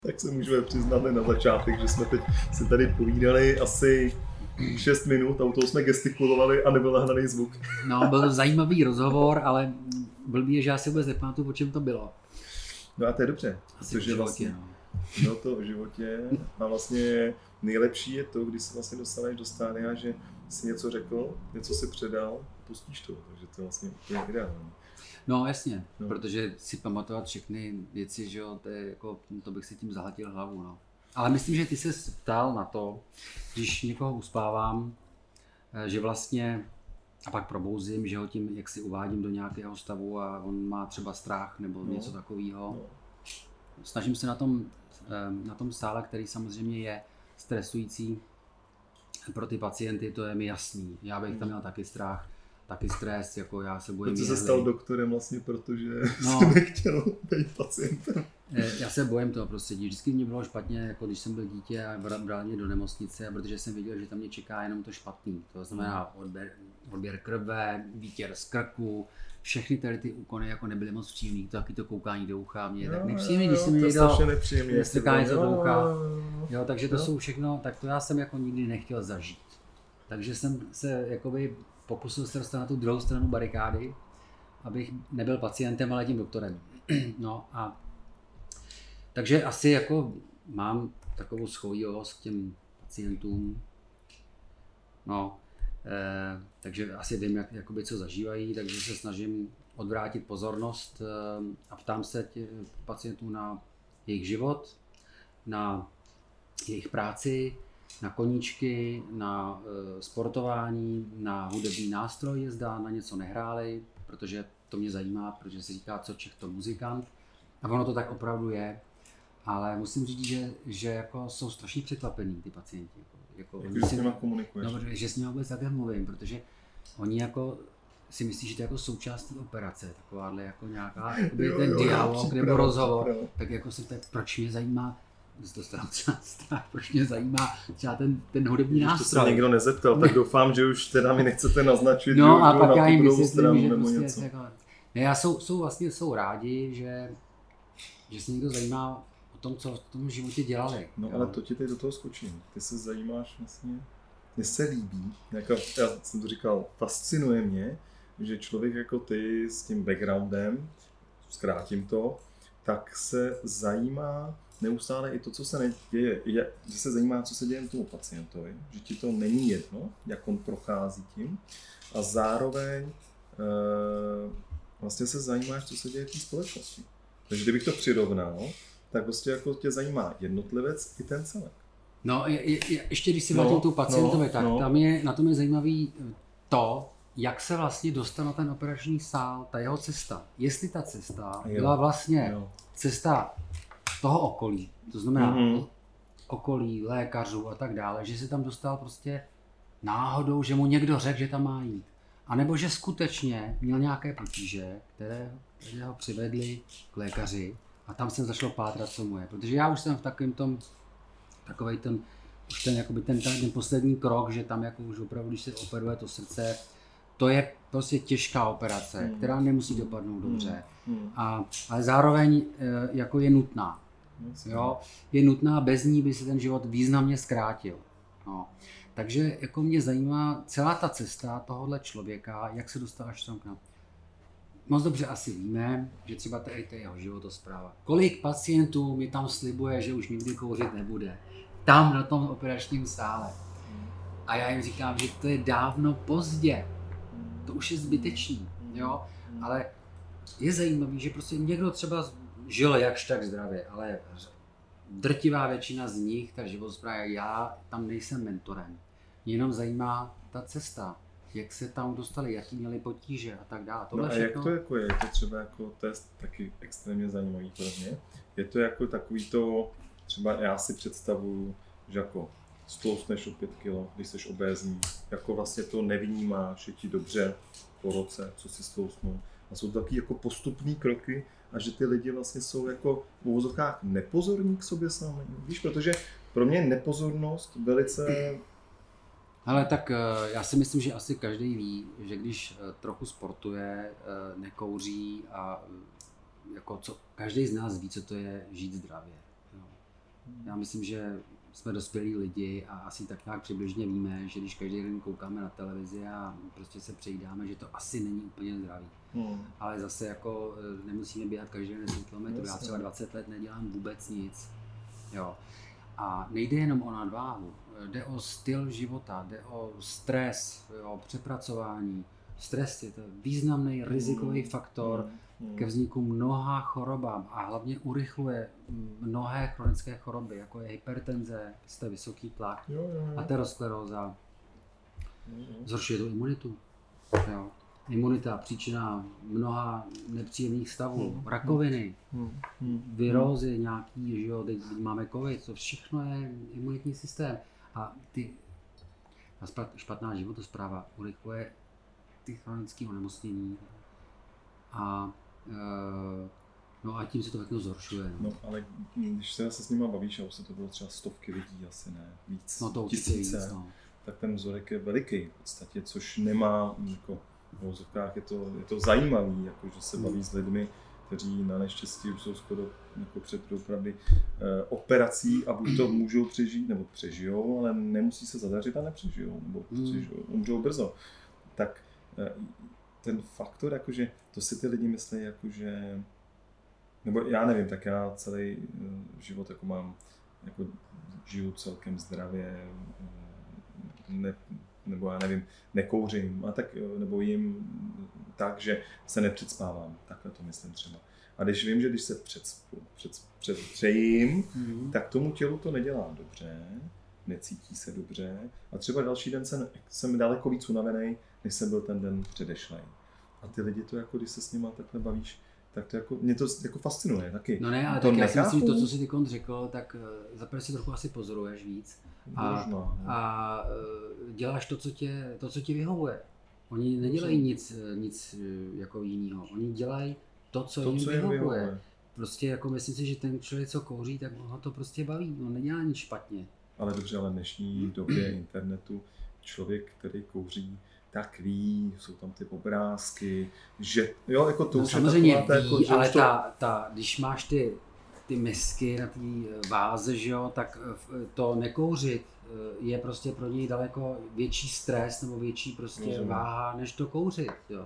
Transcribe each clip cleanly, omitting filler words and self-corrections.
Tak se můžeme přiznat na začátek, že jsme teď si tady povídali asi 6 minut a u toho jsme gestikulovali a nebyl nahraný zvuk. No, byl to zajímavý rozhovor, ale blbý je, že já si vůbec nepamatuju, o čem to bylo. No a to je dobře, Asi protože vlastně bylo to o životě a vlastně nejlepší je to, když se vlastně dostaneš do stádia, že si něco řekl, něco si předal, pustíš to, takže to je vlastně úplně ideální. No jasně, protože si pamatovat všechny věci, že jo, to je jako, to bych si tím zahlatil hlavu, no. Ale myslím, že ty se ptal na to, když někoho uspávám, že vlastně a pak probouzím, že ho tím, jak si uvádím do nějakého stavu a on má třeba strach nebo něco takového. Snažím se na tom sále, který samozřejmě je stresující pro ty pacienty, to je mi jasný. Já bych tam měl taky strach, taky stres, jako já se bojím. Ty se stal doktorem vlastně, protože jsi nechtěl být pacientem. Já se bojím toho prostředí. Vždycky mě bylo špatně, jako když jsem byl dítě a bral mě do nemocnice, protože jsem věděl, že tam mě čeká jenom to špatný. To znamená odběr krve, výtěr z krku, všechny tady ty úkony jako nebyly moc příjemný, taky to koukání do ucha mě tak nepříjemný, když se mi někdo strká něco do ucha. Jo, takže to jsou všechno, tak to já jsem jako nikdy nechtěl zažít. Takže jsem se jakoby pokusil se dostat na tu druhou stranu barikády, abych nebyl pacientem, ale tím doktorem. No a takže asi jako mám takovou schovivost k těm pacientům. No, takže asi vím, jakoby, co zažívají, takže se snažím odvrátit pozornost a ptám se pacientů na jejich život, na jejich práci, na koníčky, na sportování, na hudební nástroj, zda na něco nehráli, protože to mě zajímá, protože se říká, co Čech to muzikant. A ono to tak opravdu je, ale musím říct, že jako jsou strašně překvapení ty pacienti. Že s nimi komunikuješ. No, že s nimi vůbec takhle mluvím, protože oni jako si myslí, že to je jako součástí operace, takováhle jako nějaká ten dialog nebo rozhovor, tak jako se tak, proč mě zajímá, proč mě zajímá třeba ten hudební nástroj. To se někdo nezeptal, tak doufám, že už teda mi nechcete naznačit, no, že a pak já jim vysvětlím, že nebo prostě něco. jako, ne, jsou rádi, že se někdo zajímá o tom, co v tom životě dělali. No jo. Ale to ti teď do toho skočím. Ty se zajímáš vlastně, mně se líbí, jako já jsem to říkal, fascinuje mě, že člověk jako ty s tím backgroundem, zkrátím to, tak se zajímá neustále i to, co se neděje, že se zajímá, co se děje tomu pacientovi, že ti to není jedno, jak on prochází tím a zároveň vlastně se zajímáš, co se děje v té společnosti. Takže kdybych to přirovnal, tak prostě jako tě zajímá jednotlivec i ten celek. No, ještě když si vrátím tu pacientovi, tak tam je, na tom je zajímavý to, jak se vlastně dostal na ten operační sál, ta jeho cesta. Jestli ta cesta byla vlastně cesta toho okolí, to znamená okolí, lékařů a tak dále, že se tam dostal prostě náhodou, že mu někdo řekl, že tam má jít. A nebo že skutečně měl nějaké potíže, které ho přivedly k lékaři a tam jsem začal pátrat, co mu je. Protože já už jsem v ten poslední krok, že tam jako už opravdu, když se operuje to srdce, to je prostě těžká operace, která nemusí dopadnout dobře, ale zároveň jako je nutná. Jo? Je nutná, bez ní by se ten život významně zkrátil. No. Takže jako mě zajímá celá ta cesta tohohle člověka, jak se dostal až tam k nám. Moc dobře asi víme, že třeba to je jeho životospráva. Kolik pacientů mi tam slibuje, že už nikdy kouřit nebude. Tam na tom operačním sále. A já jim říkám, že to je dávno pozdě. To už je zbytečný, jo? Ale je zajímavý, že prostě někdo třeba žil jakž tak zdravě, ale drtivá většina z nich, ta životospráva, já tam nejsem mentorem. Mě jenom zajímá ta cesta, jak se tam dostali, jaký měli potíže a tak dále. No a jak to jako je? Je to třeba jako, to je taky extrémně zajímavý pro mě. Je to jako takový to, třeba já si představuju, že jako stloustneš o 5 kg, když jsi obézní, jako vlastně to nevnímáš, je ti dobře po roce, co si stloustnul. A jsou to taky jako postupný kroky a že ty lidi vlastně jsou jako v uvozovkách nepozorní k sobě sami. Víš, protože pro mě nepozornost velice... Ale tak já si myslím, že asi každý ví, že když trochu sportuje, nekouří a jako každý z nás ví, co to je žít zdravě. Jo. Já myslím, že jsme dospělí lidi a asi tak nějak přibližně víme, že když každý den koukáme na televizi a prostě se přejídáme, že to asi není úplně zdravý. Ale zase jako nemusíme běhat každý den 10 km, já třeba 20 let nedělám vůbec nic. Jo. A nejde jenom o nadváhu, jde o styl života, jde o stres, o přepracování. Stres je to významný rizikový faktor ke vzniku mnoha chorobám a hlavně urychluje mnohé chronické choroby, jako je hypertenze, jste vysoký tlak, ateroskleróza, zhoršuje to imunitu. Jo. Imunita příčina mnoha nepříjemných stavů, rakoviny, virózy nějaký, že jo, teď máme covid, to všechno je imunitní systém. A špatná životospráva urychluje ty chronické onemocnění a no a tím se to všechno zhoršuje. No ale když se s nima bavíš, a už se to bylo třeba stovky lidí, asi ne, víc, no to tisíce, víc, no. Tak ten vzorek je veliký v podstatě, což nemá, jako v vozovkách je to zajímavý, jako, že se baví s lidmi, kteří na neštěstí už jsou skoro jako před opravdu operací a buď to můžou přežít, nebo přežijou, ale nemusí se zadařit a nepřežijou, nebo umřou brzo. Tak ten faktor, jakože to si ty lidi myslí, jakože, nebo já nevím, tak já celý život jako mám, jako žiju celkem zdravě, nebo já nevím, nekouřím, a tak, nebo jim tak, že se nepředspávám, takhle to myslím třeba. A když vím, že když se předpřejím, tak tomu tělu to nedělá dobře, necítí se dobře a třeba další den jsem daleko víc unavený, než jsem byl ten den předešlej. A ty lidi to jako, když se s nima takhle bavíš, tak to jako, mě to jako fascinuje taky. No ne, ale tak já si myslím, že to, co jsi ty řekl, tak zaprvé si trochu asi pozoruješ víc a děláš to, co ti vyhovuje. Oni nedělají nic jako jinýho, oni dělají to, co jim vyhovuje. Prostě jako myslím si, že ten člověk, co kouří, tak ho to prostě baví, on nedělá nic špatně. Ale dobře, ale v dnešní době internetu člověk, který kouří, tak ví, jsou tam ty obrázky, že jo, jako to no, už samozřejmě je taková, ví, jako, ale to... když máš ty misky na té váze, že jo, tak to nekouřit je prostě pro něj daleko větší stres nebo větší prostě váha, než to kouřit, jo.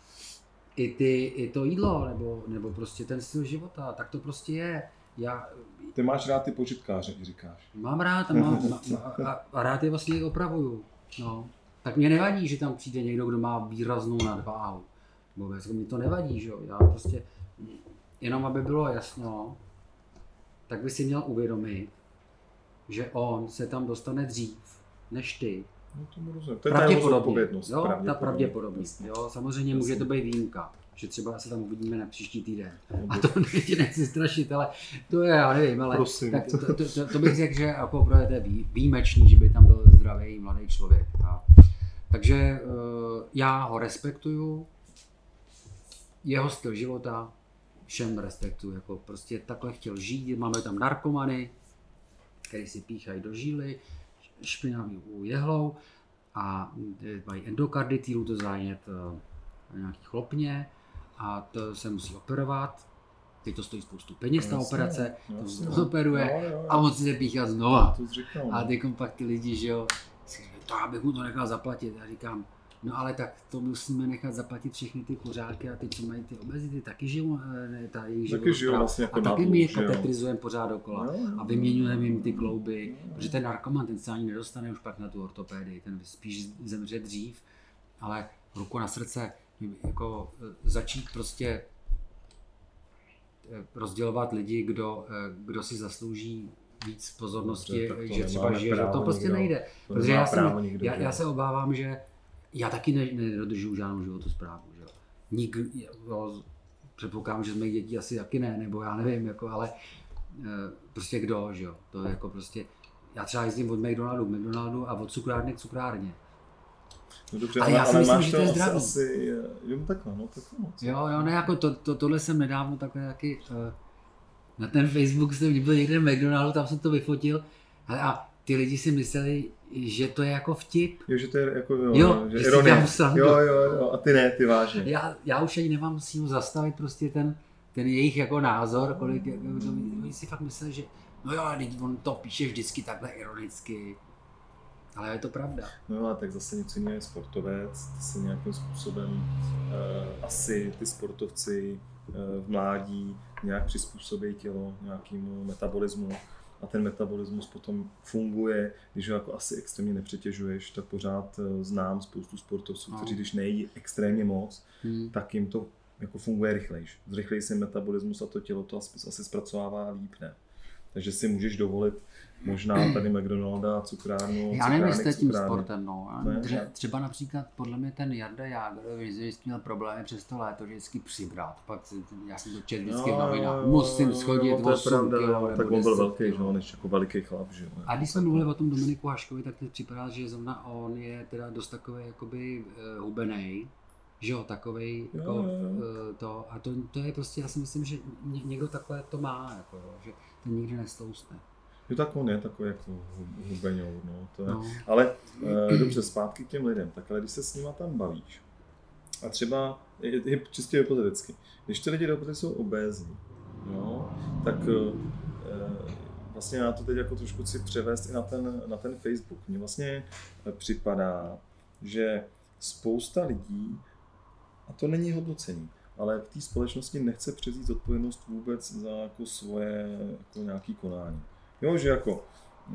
I to jídlo, nebo prostě ten styl života, tak to prostě je. Ty máš rád ty počitkáře, říkáš. Mám rád a rád je vlastně opravuju, no. Tak mě nevadí, že tam přijde někdo, kdo má výraznou nadváhu. Vůbec, mi to nevadí, že jo. Já prostě, jenom aby bylo jasno, tak by si měl uvědomit, že on se tam dostane dřív, než ty. No tomu rozumím. To je pravděpodobně, jo, ta pravděpodobnost. Jo, samozřejmě může to být výjimka, že třeba se tam uvidíme na příští týden. A to nechci strašit, ale to je, já nevím, ale tak to bych řekl, že jako opravdu je výjimečný, že by tam byl zdravý mladý člověk. Takže já ho respektuju, jeho styl života všem respektuju, jako prostě takhle chtěl žít, máme tam narkomany, který si píchají do žíly, špinavý jehlou a mají endokarditidu, to zánět nějaký chlopně a to se musí operovat. Teď to stojí spoustu peněz, ta operace, to operuje a on si se píchá znova. A teď pak ty lidi, že jo, to já bych mu to nechal zaplatit. Já říkám, no ale tak to musíme nechat zaplatit všechny ty kuřáky a ty, co mají ty obezity, taky žijou, vlastně jako a taky my je katetrizujeme pořád dokola a vyměňujeme jim ty klouby, protože ten narkoman, ten se ani nedostane už pak na tu ortopédii, ten spíš zemře dřív, ale ruku na srdce, jako začít prostě rozdělovat lidi, kdo si zaslouží víc pozornosti, že třeba žije, že to prostě nejde. Protože já se obávám, že já taky nedodržuju žádnou životosprávu. Předpokládám, že z mých dětí asi taky ne, nebo já nevím, jako, ale prostě kdo, že jo. To je jako prostě, já třeba jezdím od McDonaldu a od cukrárny k cukrárně. No dobře, ale já si myslím, že to je zdravý. Takhle. Jo, ne, jako tohle jsem nedávno takhle taky, na ten Facebook jsem byl někde v McDonaldu, tam jsem to vyfotil a ty lidi si mysleli, že to je jako vtip. Jo, že to je jako že ironie. Jo, a ty ne, ty vážně. Já už ani nemám sílu zastavit prostě ten jejich jako názor, kolik, oni si fakt mysleli, že no jo, teď on to píše vždycky takhle ironicky. Ale je to pravda. No a tak zase něco jiného je sportovec, ty se nějakým způsobem asi ty sportovci v mládí nějak přizpůsobí tělo nějakému metabolismu a ten metabolismus potom funguje, když ho jako asi extrémně nepřetěžuješ, tak pořád znám spoustu sportovců, kteří když nejí extrémně moc, tak jim to jako funguje rychlejš. Zrychlejí si metabolismus a to tělo to asi zpracovává líp, ne? Takže si můžeš dovolit možná tady McDonalda, cukrárnu, já nevím, jestli tím sportem, no. Třeba například podle mě ten Jarda Jágr, že měl problémy přes to léto, že vždycky přibrat. Pak já jsem to četl vždycky v novinách. Musím schodit 8 kilo. Tak on byl velký, že on je jako veliký chlap, že jo. A když jsme mluvili o tom Dominiku Haškovi, tak to připadá, že zrovna on je teda dost takový jakoby hubenej. Že jo, takovej, jako, to, a to je prostě, já si myslím, že někdo takhle to má, jako, že to nikdy nestousne. Jo, tak on je takový jako hubeňou, no, to je. No. Ale dobře, zpátky k těm lidem, tak ale když se s nima tam bavíš, a třeba, je čistě hypoteticky, když ty lidi dokonce jsou obézní, jo, tak vlastně já to teď jako trošku chci převést i na ten Facebook. Mně vlastně připadá, že spousta lidí, a to není hodnocení, ale v té společnosti nechce převzít odpovědnost vůbec za jako svoje jako nějaké konání. Jo, že jako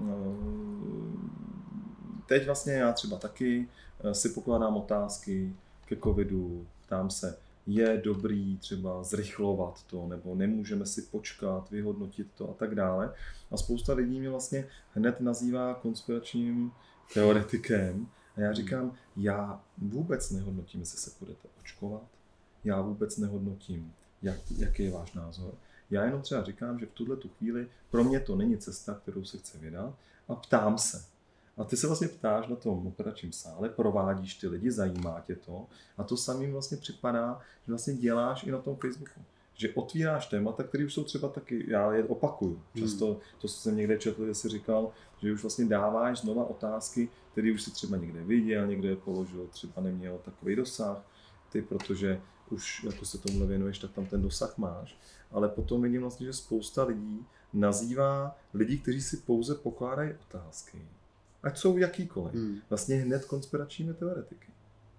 teď vlastně já třeba taky si pokládám otázky ke covidu, ptám se, je dobrý třeba zrychlovat to, nebo nemůžeme si počkat, vyhodnotit to a tak dále. A spousta lidí mě vlastně hned nazývá konspiračním teoretikem. A já říkám, já vůbec nehodnotím, jestli se budete očkovat, já vůbec nehodnotím, jaký je váš názor. Já jenom třeba říkám, že v tuhletu chvíli pro mě to není cesta, kterou se chce vydat a ptám se. A ty se vlastně ptáš na tom operačním sále, provádíš ty lidi, zajímá tě to a to samým vlastně připadá, že vlastně děláš i na tom Facebooku. Že otvíráš témata, které už jsou třeba taky, já je opakuju. Často, to jsem někde četl, že jsi říkal, že už vlastně dáváš znova otázky, které už si třeba někde viděl, někde je položil, třeba neměl takový dosah, ty, protože už jako se tomuhle věnuješ, tak tam ten dosah máš. Ale potom vidím vlastně, že spousta lidí nazývá lidi, kteří si pouze pokládají otázky, ať jsou jakýkoliv, vlastně hned konspiračními teoretiky.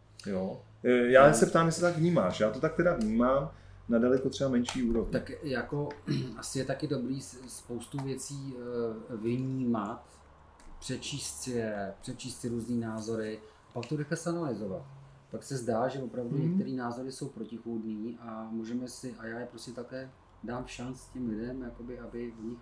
Jo? Já se ptám, jestli tak vnímáš, já to tak teda vnímám, na daleko třeba menší úrovni. Tak jako asi je taky dobrý spoustu věcí vnímat, přečíst si různý názory, pak to rychle analyzovat. Pak se zdá, že opravdu některé názory jsou protichůdný a můžeme si, a já je prostě také dám šanc těm lidem, jakoby, aby v nich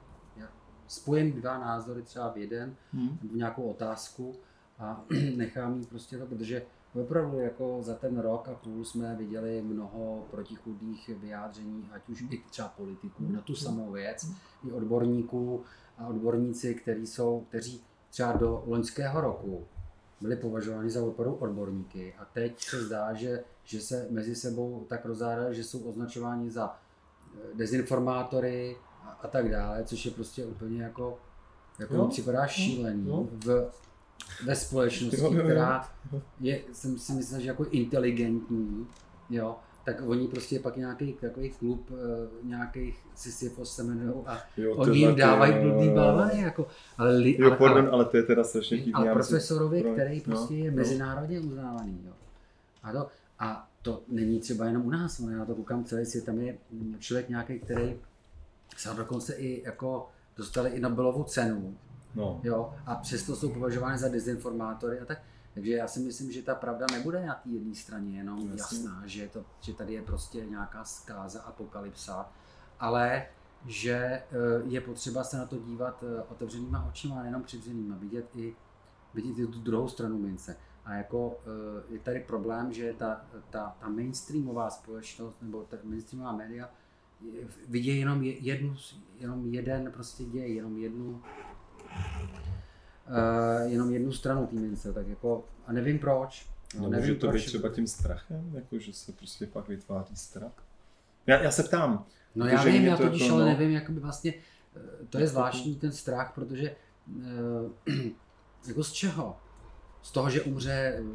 spojím dva názory třeba v jeden, v nějakou otázku a nechám jí prostě to, protože opravdu jako za ten rok a půl jsme viděli mnoho protichůdných vyjádření, ať už i třeba politiků na tu samou věc, i odborníků a odborníci, kteří třeba do loňského roku byli považováni za opravdu odborníky a teď se zdá, že se mezi sebou tak rozhádali, že jsou označováni za dezinformátory a tak dále, což je prostě úplně jako mi připadá šílení ve společnosti, která je, jsem si myslel, že jako inteligentní, jo, tak oni prostě pak nějaký takový klub nějakých Sisyphos se jmenují a oni jim dávají blbý balvany, jako, ale to je teda strašně divný. Ale profesorovi, který prostě je mezinárodně uznávaný, jo. A to není třeba jenom u nás, já to koukám celý svět, tam je člověk nějaký, který se dokonce i jako dostali i Nobelovu cenu, jo, a přesto jsou považovány za dezinformátory a tak. Takže já si myslím, že ta pravda nebude na té jedné straně jenom jasná, že tady je prostě nějaká zkáza, apokalypsa, ale že je potřeba se na to dívat otevřenýma očima, nejenom přivřenýma, vidět i tu druhou stranu mince. A jako je tady problém, že ta mainstreamová společnost nebo ta mainstreamová média vidí jenom jeden prostě děj, jenom jednu stranu té mince, tak jako, a nevím proč. Může to být třeba tím strachem, jako, že se prostě pak vytváří strach? Já se ptám. No já vím, já totiž ale nevím, jakoby vlastně, to je zvláštní ten strach, protože jako z čeho? Z toho, že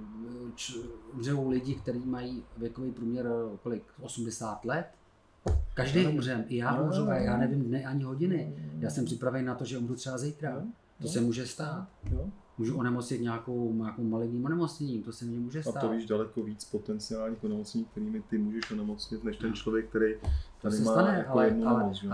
umřou lidi, kteří mají věkový průměr kolik? 80 let? Každý umřem, i já umřu, a já nevím dny ani hodiny. Já jsem připravený na to, že umřu třeba zítra. To se může stát. Můžu onemocnit nějakou maligní onemocnění, to se mně může stát. A to víš daleko víc potenciálních onemocnění, kterými ty můžeš onemocnit, než ten člověk, který tady má stane, jako jednu nemoc.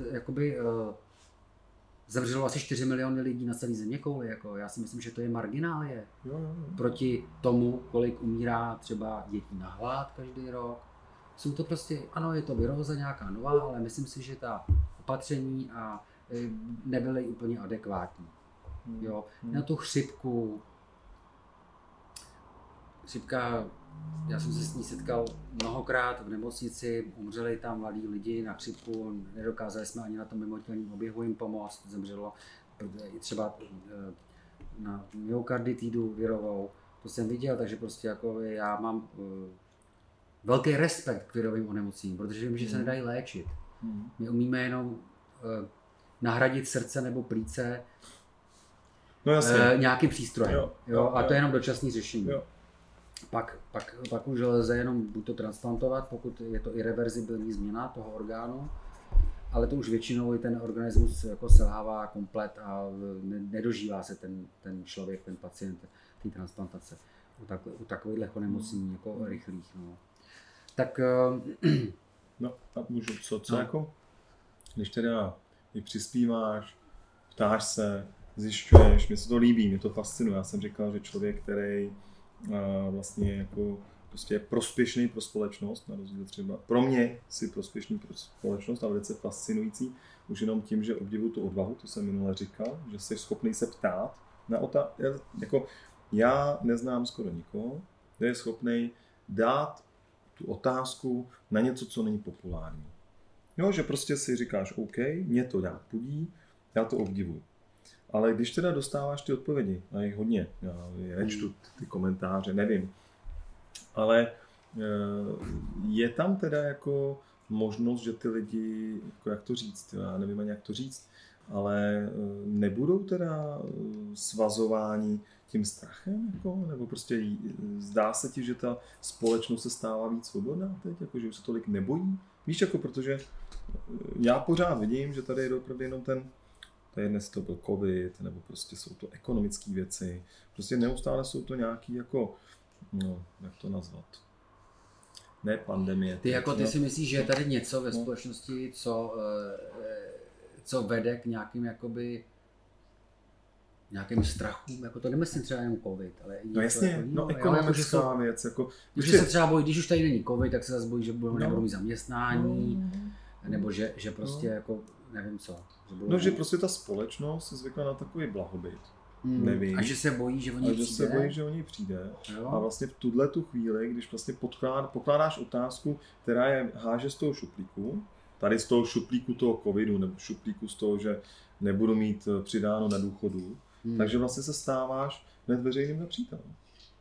Zemřelo asi 4 miliony lidí na celé zeměkouli, jako já si myslím, že to je marginálie. Proti tomu, kolik umírá třeba dětí na hlad každý rok. Jsou to prostě, ano, je to viróza nějaká nová, ale myslím si, že ta opatření nebyly úplně adekvátní. Jo, na tu chřipku. Chřipka, já jsem se s ní setkal mnohokrát v nemocnici, umřeli tam mladí lidi na chřipku, nedokázali jsme ani na tom mimotělním oběhu jim pomoct, zemřelo i třeba na myokarditidu virovou, to jsem viděl, takže prostě jako já mám velký respekt k virovým onemocněním, protože vím, že se nedají léčit. My umíme jenom nahradit srdce nebo plíce nějakým přístrojem. A to je jenom dočasné řešení. Pak už lze jenom buď to transplantovat, pokud je to irreverzibilní změna toho orgánu, ale to už většinou i ten organismus jako selhává komplet a nedožívá se ten člověk, ten pacient té transplantace u takových onemocnění jako rychlých. No. Tak no a můžu co jako, když teda i přispíváš, ptáš se, zjišťuješ, mě se to líbí, mě to fascinuje. Já jsem říkal, že člověk, který vlastně jako prostě je prospěšný pro společnost, na rozdíl třeba pro mě si prospěšný pro společnost a velice fascinující, už jenom tím, že obdivuju tu odvahu, to jsem minule říkal, že jsi schopný se ptát na jako já neznám skoro nikoho, kdo je schopný dát tu otázku na něco, co není populární. Jo, že prostě si říkáš, OK, mě to dá pudí, já to obdivuju. Ale když teda dostáváš ty odpovědi, a jich hodně, já nečtu ty komentáře, nevím, ale je tam teda jako možnost, že ty lidi, jako jak to říct, já nevím ani jak to říct, ale nebudou teda svazováni tím strachem, jako, nebo prostě zdá se ti, že ta společnost se stává víc svobodná teď, jako, že už se tolik nebojí? Víš, jako, protože já pořád vidím, že tady je opravdu jenom to je dnes to byl covid, nebo prostě jsou to ekonomické věci, prostě neustále jsou to nějaký jako, no, jak to nazvat, ne pandemie. Ty si myslíš, že je tady něco ve společnosti, co vede k nějakým jakoby nějakým strachům, jako to nemyslím třeba jenom covid, ale i no jasně, ekonomická věc, jako... Když se třeba bojí, když už tady není covid, tak se zase bojí, že nebudou mít zaměstnání, nebo že prostě jako, nevím co. Že prostě ta společnost se zvykla na takový blahobyt. Nevím. A že se bojí, že o něj přijde. Jo. A vlastně v tu chvíli, když vlastně pokládáš otázku, která je háže z toho šuplíku, tady z toho šuplíku toho covidu, nebo šuplíku z toho, že nebudu mít přidáno na důchodu, takže vlastně se stáváš hned veřejným nepřítelem.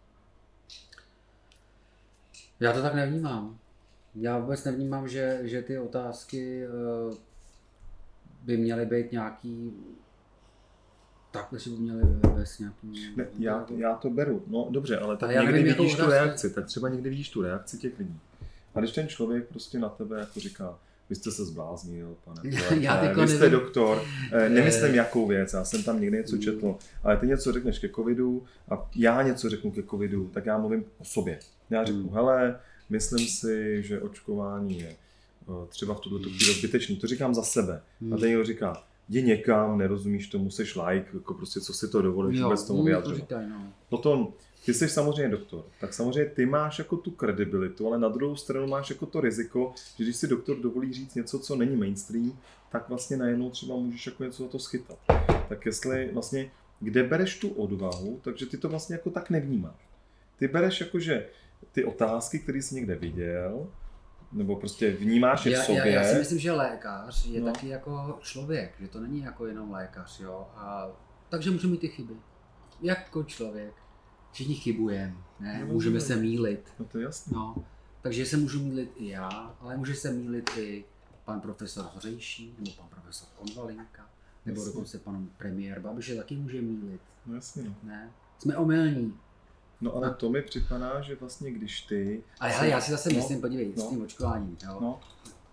Já to tak nevnímám. Já vůbec nevnímám, že ty otázky by měly být nějaký, takhle si by měly vést nějaký... Ne, já to beru, no dobře, ale tak někdy vidíš tu reakci, tak třeba někdy vidíš tu reakci těch lidí. A když ten člověk prostě na tebe jako říká, vy jste se zbláznil, pane, vy jste doktor, nemyslím jakou věc, já jsem tam někde něco četl, ale ty něco řekneš ke covidu a já něco řeknu ke covidu, tak já mluvím o sobě. Já řeknu, hele, myslím si, že očkování je třeba v tuto chvíli zbytečný, to říkám za sebe. A ten někdo říká, jdi někam, nerozumíš tomu, seš like, jako prostě co si to dovolíš vůbec tomu vyjadřovat. Potom, ty jsi samozřejmě doktor, tak samozřejmě ty máš jako tu kredibilitu, ale na druhou stranu máš jako to riziko, že když si doktor dovolí říct něco, co není mainstream, tak vlastně najednou třeba můžeš jako něco za to schytat. Tak jestli vlastně, kde bereš tu odvahu, takže ty to vlastně jako tak nevnímáš. Ty bereš jako, že ty otázky, které jsi někde viděl, nebo prostě vnímáš je v sobě. Já si myslím, že lékař je taky jako člověk, že to není jako jenom lékař, jo. Takže může mít ty chyby. Jako člověk. Všichni chybujeme, ne? Můžeme se mýlit. No to je jasné. No, takže se můžu mýlit i já, ale může se mýlit i pan profesor Hořejší, nebo pan profesor Konvalinka, nebo dokonce pan premiér Babiš se taky může mýlit. No jasně. Ne? Jsme omylní. No ale to mi připadá, že vlastně když ty... A já si zase myslím, podívej, s tím očkováním, jo.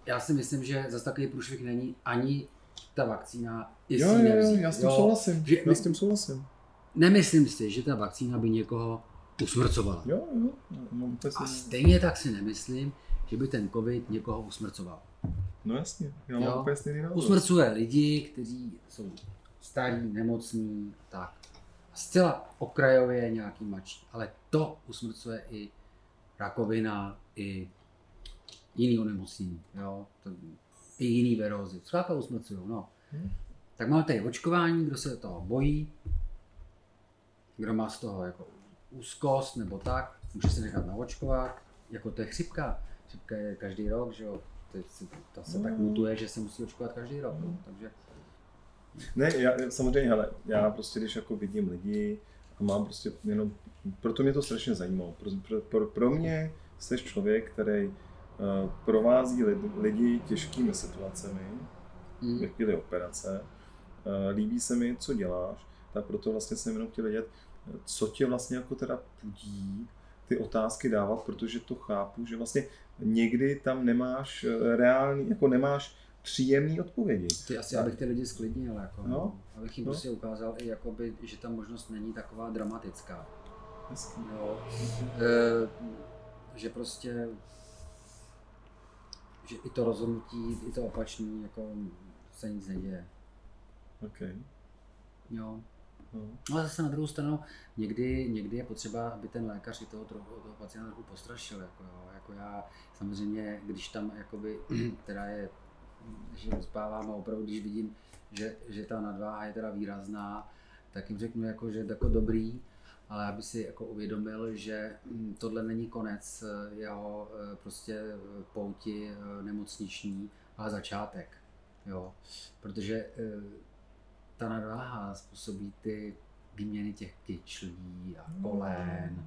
Já si myslím, že zase takový průšvih není ani ta vakcína, Jo, já s tím souhlasím. Já s tím souhlasím. Nemyslím si, že ta vakcína by někoho usmrcovala. Jo. A stejně tak si nemyslím, že by ten covid někoho usmrcoval. No jasně, já mám úplně stejný názor. Usmrcuje lidi, kteří jsou starí, nemocní, tak. Zcela okrajově nějaký mladší, ale to usmrcuje i rakovina, i jiný onemocnění, jo, i jiný virózy. Zkrátka usmrcují, no. Tak máme tady očkování, kdo se toho bojí, kdo má z toho jako úzkost nebo tak, může se nechat naočkovat, jako to je chřipka. Chřipka je každý rok, že jo, to se tak mutuje, že se musí očkovat každý rok, takže... Ne, samozřejmě, hele, já prostě když jako vidím lidi a mám prostě jenom, proto mě to strašně zajímalo. Pro mě jsi člověk, který provází lidi těžkými situacemi, ve chvíli operace, líbí se mi, co děláš, tak proto vlastně jsem jenom chtěl vědět, co tě vlastně jako teda pudí ty otázky dávat, protože to chápu, že vlastně někdy tam nemáš reálný, jako nemáš příjemný odpovědi. Ty asi, abych ty lidi sklidnil, jako, abych jim prostě ukázal i jakoby, že ta možnost není taková dramatická. Jo. Že prostě, že i to rozhodnutí, i to opačný, jako se nic neděje. Okay. Jo. No a zase na druhou stranu, někdy je potřeba, aby ten lékař i toho pacienta trochu postrašil. Jako já samozřejmě, když tam jakoby, teda je, že rozpávám a opravdu, když vidím, že ta nadváha je teda výrazná, tak jim řeknu, jako, že jako dobrý, ale aby si jako uvědomil, že tohle není konec jeho prostě pouti nemocniční, ale začátek. Jo. Protože ta nadváha způsobí ty výměny těch kyčlí a kolen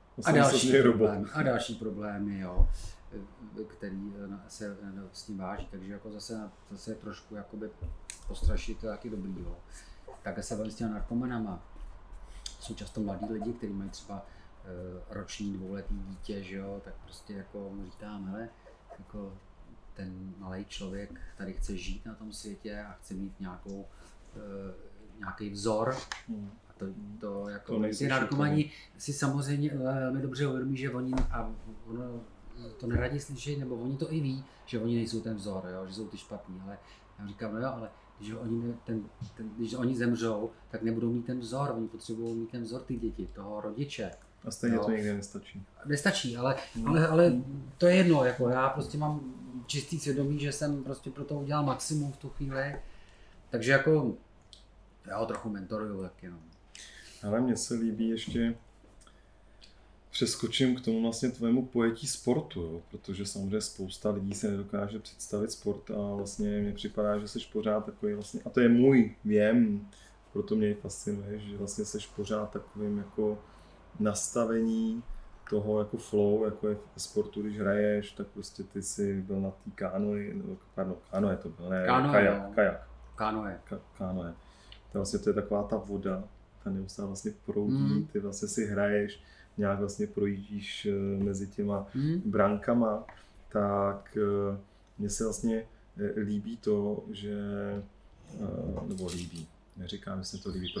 a další problémy, jo, který se s tím váží. Takže jako zase trošku jakoby postrašit, to je taky dobrý. Jo. Takhle se bavím s těmi narkomanama. Jsou často mladí lidi, kteří mají třeba roční, dvouletý dítě, že jo, tak prostě jako mu říkám, hele, jako ten malý člověk tady chce žít na tom světě a chce mít nějaký vzor. A to jako ty narkomani si samozřejmě velmi dobře uvědomí, že oni, a ono to neradi slyší, nebo oni to i ví, že oni nejsou ten vzor, jo, že jsou ty špatní, ale já říkám, no jo, ale když oni zemřou, tak nebudou mít ten vzor, oni potřebují mít ten vzor ty děti, toho rodiče. A stejně to někde nestačí. Nestačí, ale to je jedno, jako já prostě mám čistý svědomí, že jsem prostě pro to udělal maximum v tu chvíli, takže jako já ho trochu mentoruju taky, no. Ale mně se líbí ještě, přeskočím k tomu vlastně tvému pojetí sportu, jo? Protože samozřejmě spousta lidí se nedokáže představit sport a vlastně mně připadá, že jsi pořád takový vlastně, a to je můj věm, proto mě fascinuje, že vlastně jsi pořád takovým jako nastavení toho jako flow, jako je v sportu, když hraješ, tak prostě ty jsi byl na té kánoe to byl, ne, kajak. Kánoe. To vlastně to je taková ta voda, ta neustále vlastně proudí, ty vlastně si hraješ, nějak vlastně projíždíš mezi těma brankama, tak mně se vlastně líbí to, že, nebo líbí, neříkám, že se to líbí,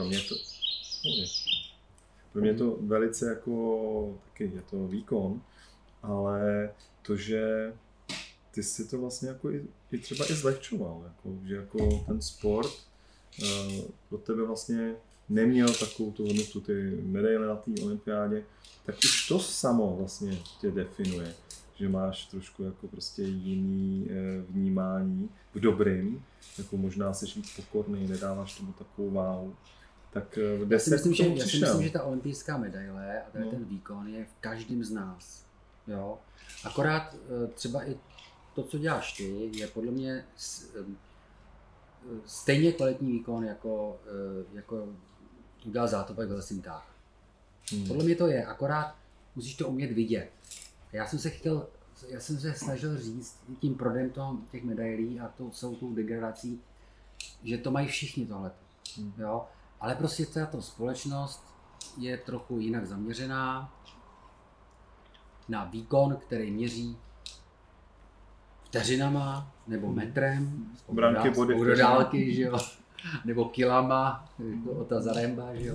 pro mě to velice jako, taky je to výkon, ale to, že ty si to vlastně jako i třeba i zlehčoval, jako, že jako ten sport pro tebe vlastně neměl takovou tu hodnotu, ty medaile na té olympiádě, tak už to samo vlastně tě definuje, že máš trošku jako prostě jiný vnímání v dobrým, jako možná jsi víc pokorný, nedáváš tomu takovou váhu. Tak já si myslím, že ta olympijská medaile a ten výkon je v každém z nás. Jo? Akorát třeba i to, co děláš ty, je podle mě stejně kvalitní výkon, jako udělal Zátopek v Helsinkách. Podle mě to je, akorát musíš to umět vidět. Já jsem se snažil říct tím prodejem těch medailí a celou tou degradací, že to mají všichni tohleto. Jo? Ale prostě tato společnost je trochu jinak zaměřená na výkon, který měří vteřinama, nebo metrem, Branky, body, do dálky, že jo, nebo kilama, jako ta Zaremba, že jo.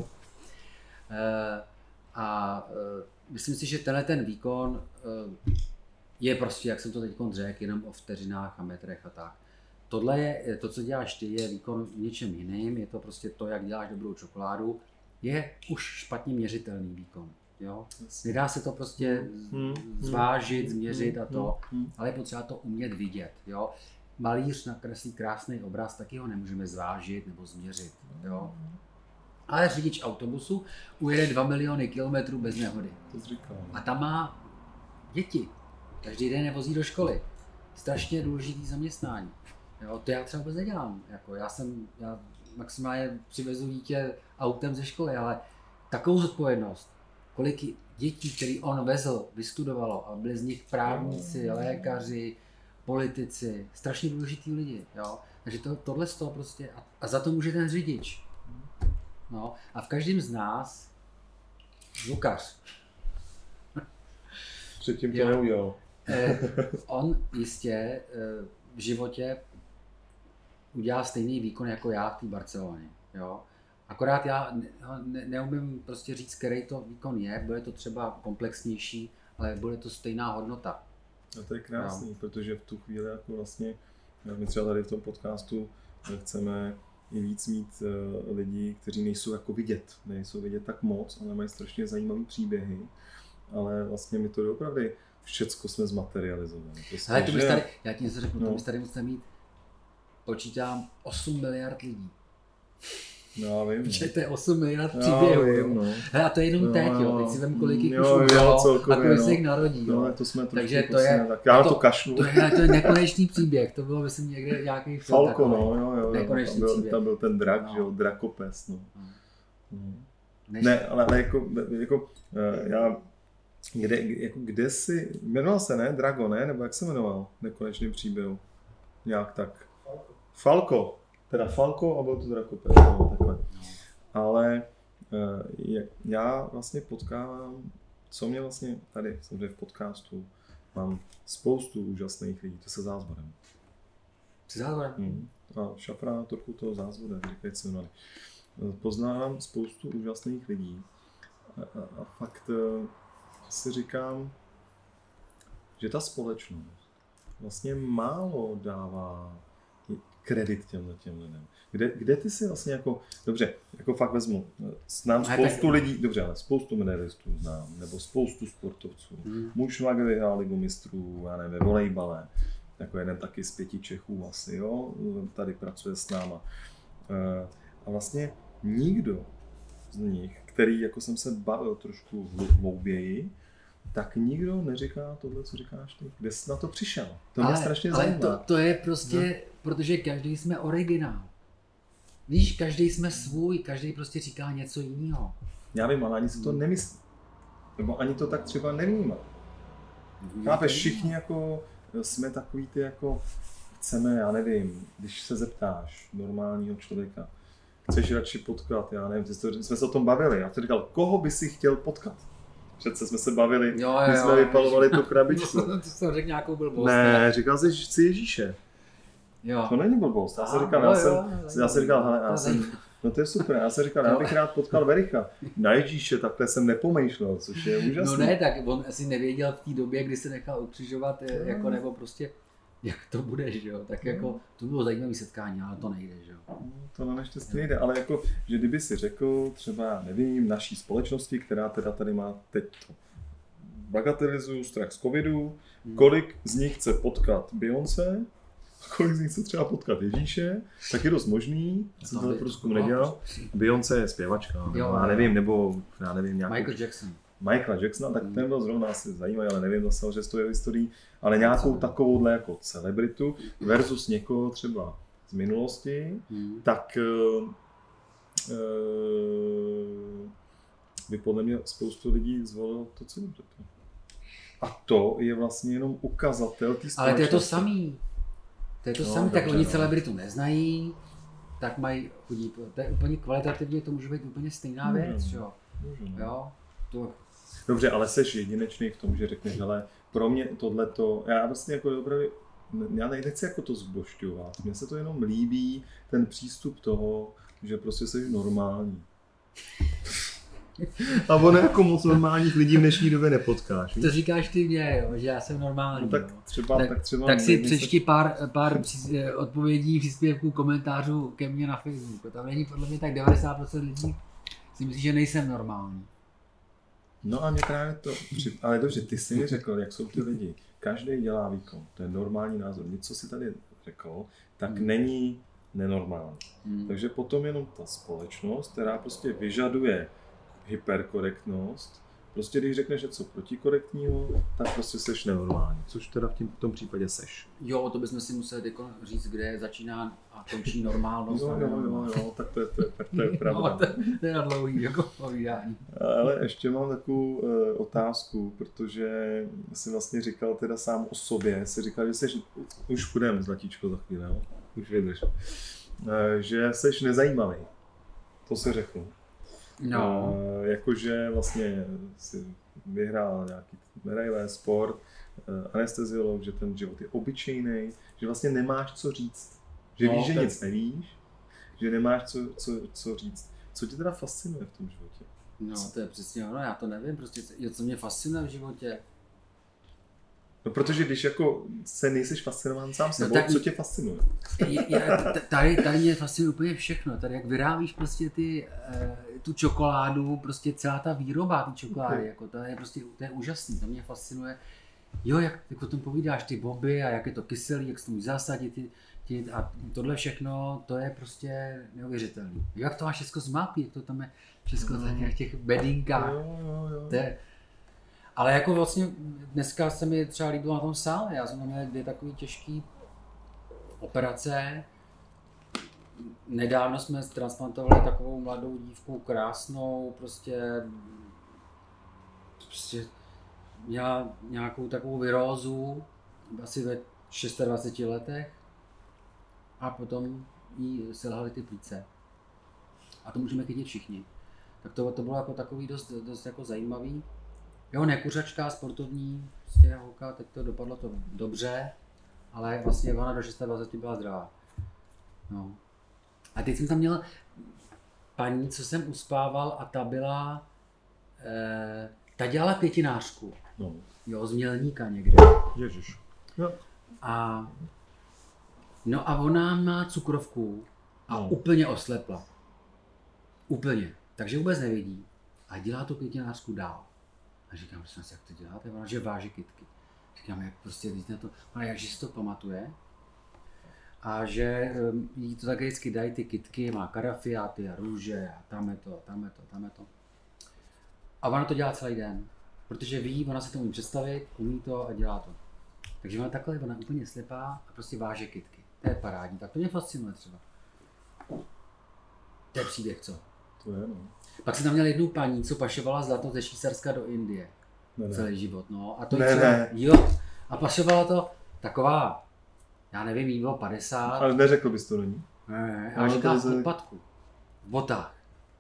Myslím si, že tenhle ten výkon je prostě, jak jsem to teď řekl, jenom o vteřinách a metrech a tak. Tohle je, to, co děláš ty, je výkon v něčem jiným, je to prostě to, jak děláš dobrou čokoládu, je už špatně měřitelný výkon. Jo? Nedá se to prostě zvážit, změřit a to, ale je potřeba to umět vidět. Jo? Malíř nakreslí krásný obraz, taky ho nemůžeme zvážit nebo změřit. Jo? Ale řidič autobusu ujede 2 miliony kilometrů bez nehody. A tam má děti. Každý den je vozí do školy. Strašně důležitý zaměstnání. Jo, to já třeba vůbec nedělám. Jako já maximálně přivezu dítě autem ze školy, ale takovou zodpovědnost, kolik dětí, který on vezl, vystudovalo a byli z nich právníci, lékaři, politici, strašně důležitý lidi. Jo? Takže tohle z toho prostě, a za to může ten řidič. No, a v každém z nás zvukař. Předtím to neudělal. On jistě v životě udělá stejný výkon jako já v té Barceloně. Jo? Akorát já neumím prostě říct, který to výkon je, bude to třeba komplexnější, ale bude to stejná hodnota. A to je krásný, protože v tu chvíli jako vlastně, my třeba tady v tom podcastu chceme i víc mít lidí, kteří nejsou vidět tak moc, ale mají strašně zajímavé příběhy, ale vlastně my to doopravdy všecko jsme zmaterializovali. Prostě, ale já ti něco řeknu, to bys tady musel mít, počítám 8 miliard lidí. No, vím. Protože to je 8 miliard příběhů. No. A to je jenom teď, jo. Teď si vem, kolik jich už udělalo a kolik se jich narodí. No, to jsme takže to je, tak já to kašlu. To je nekonečný příběh, to bylo myslím někde nějaký film. Falco, jo. Nekonečný příběh. Tam byl ten drak, že jo, Drakopes, no. Ne, ale jako já, kde si, jmenoval se, ne? Drago, ne? Nebo jak se jmenoval? Nekonečný příběh. Nějak tak. Falco. Teda Falco a byl to Drakopes, takhle. Ale já vlastně potkávám, co mě vlastně tady, samozřejmě v podcastu, mám spoustu úžasných lidí, to se Zázvorem. Se Zázvorem? A Šafra trochu toho Zázvorem, říkají se jmenovali. Poznávám spoustu úžasných lidí a fakt si říkám, že ta společnost vlastně málo dává kredit těm lidem. Kde ty si vlastně dobře, fakt vezmu, znám spoustu lidí, dobře, ale spoustu medalistů znám, nebo spoustu sportovců. Můj švagr vyhrál Ligu mistrů, já nevím, volejbale, jako jeden taky z 5 Čechů asi, jo, tady pracuje s náma. A vlastně nikdo z nich, který jako jsem se bavil trošku hlouběji, tak nikdo neříká tohle, co říkáš ty. Kde jsi na to přišel? To mě strašně zajímá. Ale to je prostě, protože každý jsme originál. Víš, každý jsme svůj, každý prostě říká něco jiného. Já vím, ale ani si to nemyslí. Nebo ani to tak třeba nevnímá. Chápeš, všichni jako jsme takový ty jako chceme, já nevím, když se zeptáš normálního člověka, chceš radši potkat, já nevím, jsme se o tom bavili. Já jsem říkal, koho by si chtěl potkat? Přece jsme se bavili, my jsme vypalovali tu krabičku. To jsem řekl nějakou blbost. Ne, říkal jsi, že chci Ježíše. Jo. To není blbost. Já jsem říkal, hele, no to je super, já jsem říkal, já bych rád potkal Vericha. Na Ježíše, takhle jsem nepomýšlel, což je úžasné. No ne, tak on asi nevěděl v té době, kdy se nechal ukřižovat, jako nebo prostě, jak to bude, že jo. Tak jako, to bylo zajímavé setkání, ale to nejde, že jo. To na neštěstí nejde, ale jako, že kdyby si řekl třeba, nevím, naší společnosti, která teda tady má teď to bagatelizuju strach z covidu, kolik z nich chce potkat Beyoncé, kolik z nich chce třeba potkat Ježíše, tak je dost možný, jsem to průzkum nedělal. Beyoncé je zpěvačka, já nevím, nebo já nevím, nějakou... Michael Jackson, tak ten byl zrovna asi zajímavý, ale nevím zase, že to je historií, ale nějakou takovouhle jako celebritu versus někoho třeba z minulosti, tak by podle mě spoustu lidí zvolilo to celebritu. A to je vlastně jenom ukazatel té společnosti. Ale to je to samý. To je to samý, tak oni celebritu neznají, tak mají chudí. To je úplně kvalitativně, to může být úplně stejná věc, jo. Jo. To... Dobře, ale seš jedinečný v tom, že řekneš, hele, pro mě tohleto, já vlastně jako opravdu já nechci jako to zbožťovat, mně se to jenom líbí, ten přístup toho, že prostě jsi normální. A ono jako moc normálních lidí v dnešní době nepotkáš. To říkáš ty mě, jo, že já jsem normální. No, tak třeba tak si přečti pár odpovědí, příspěvků, komentářů ke mně na Facebooku. Tam není podle mě tak 90% lidí si myslí, že nejsem normální. No a mě právě to, ale dobře, ty jsi mi řekl, jak jsou ty lidi. Každý dělá výkon, to je normální názor. Něco si tady řekl, tak není nenormální. Takže potom jenom ta společnost, která prostě vyžaduje hyperkorektnost, prostě když řekneš něco protikorektního, tak prostě seš nenormální, což teda v tom případě seš. Jo, to bychom si museli říct, kde začíná a končí normálnost. Jo, tak to je pravda. No, to je na dlouhý jako povídání. Ale ještě mám takovou otázku, protože jsi vlastně říkal teda sám o sobě, jsi říkal, že jsi, už půjdeme Zlatíčko za chvíli, jo? Už vydrž, že jsi nezajímavý, to se řekl. No. Jakože vlastně si vyhrál nějaký medaile, sport, anesteziolog, že ten život je obyčejný, že vlastně nemáš co říct. Že víš, že nic nevíš, že nemáš co říct. Co tě teda fascinuje v tom životě? No to je přesně ono, já to nevím, prostě co mě fascinuje v životě. No protože když jako se nejseš fascinován sám sebou, co tě fascinuje? Tady mě fascinuje úplně všechno, tady jak vyrábíš prostě tu čokoládu, prostě celá ta výroba té čokolády, jako to je úžasný, to mě fascinuje. Jo, jak o tom povídáš, ty boby a jak je to kyselý, jak se to může zasadit a tohle všechno, to je prostě neuvěřitelný. Jak to máš všechno zmáklý, jak to tam je všechno v těch bedínkách. Jo. Ale jako vlastně dneska se mi třeba líbilo na tom sále, já jsem tam měl 2 takové těžké operace. Nedávno jsme transplantovali takovou mladou dívku, krásnou, prostě měla nějakou takovou virózu, asi ve 26 letech a potom jí selhaly ty plíce. A to můžeme chytit všichni. Tak to bylo jako takový dost jako zajímavý. Jo, nekuřačka, sportovní, prostě holka, teď to dopadlo to dobře, ale vlastně ona do 26 byla zdravá. No. A teď jsem tam měl paní, co jsem uspával a ta byla, ta dělala květinářku. No. Jo, z Mělníka někde. Ježiš. Jo. A ona má cukrovku a úplně oslepla. Úplně. Takže vůbec nevidí. A dělá tu květinářku dál. A říkám, jak to děláte? Ona, že váží kytky. Říkám, jak prostě víc na to, ona jakže si to pamatuje. A že jí to také vždycky dají ty kytky, má karafiáty a růže a tam je to. A ona to dělá celý den. Protože ví, ona se to umí představit, umí to a dělá to. Takže ona takhle, ona úplně slepá a prostě váže kytky. To je parádní, tak to mě fascinuje třeba. To je příběh, co? To je, no. Pak jsem tam měl jednu paní, co pašovala zlato ze Švýcarska do Indie. Ne. Celý život, no. A to ne. Jo. A pašovala to taková, já nevím, jí bylo 50. Ale neřekl bys to není. Ne. A říká v podpadku. V botách.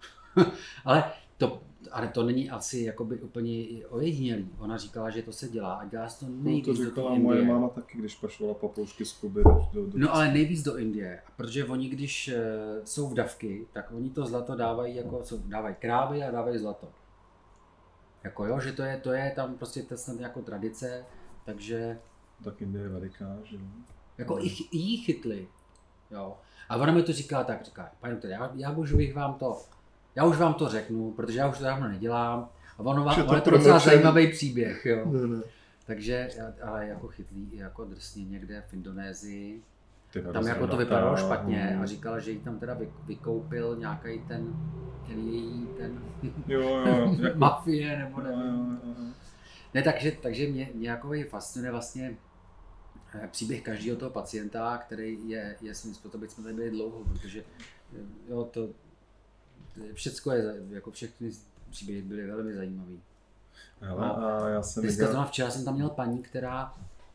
Ale to není asi jakoby úplně ojedinělý. Ona říkala, že to se dělá a dělá se to nejvíc do říkala Indie. Moje máma taky, když pašovala papoušky z Kuby do No ale nejvíc do Indie, protože oni když jsou vdavky, tak oni to zlato dávají jako, co dávají krávy a dávají zlato. Jako jo, že to je tam prostě to snad jako tradice, takže... Tak Indie je veliká, že jo. Jako jí chytli, jo. A ona mi to říká, pane doktore, já už vám to řeknu, protože já už to dávno nedělám. A ono je to docela zajímavý příběh, jo. Ne. Takže, ale jako chytlí i jako drsně někde v Indonésii. Tam jako to vypadalo špatně a říkala, že jí tam teda vykoupil nějaký ten její mafie nebo nevím. Ne, takže mě nějakový fascinuje vlastně příběh každého toho pacienta, který je svým způsobem, jsme tady byli dlouho, protože jo, všecko je, jako všechny příběhy byly velmi zajímavý. A já jsem včera jsem tam měl paní, která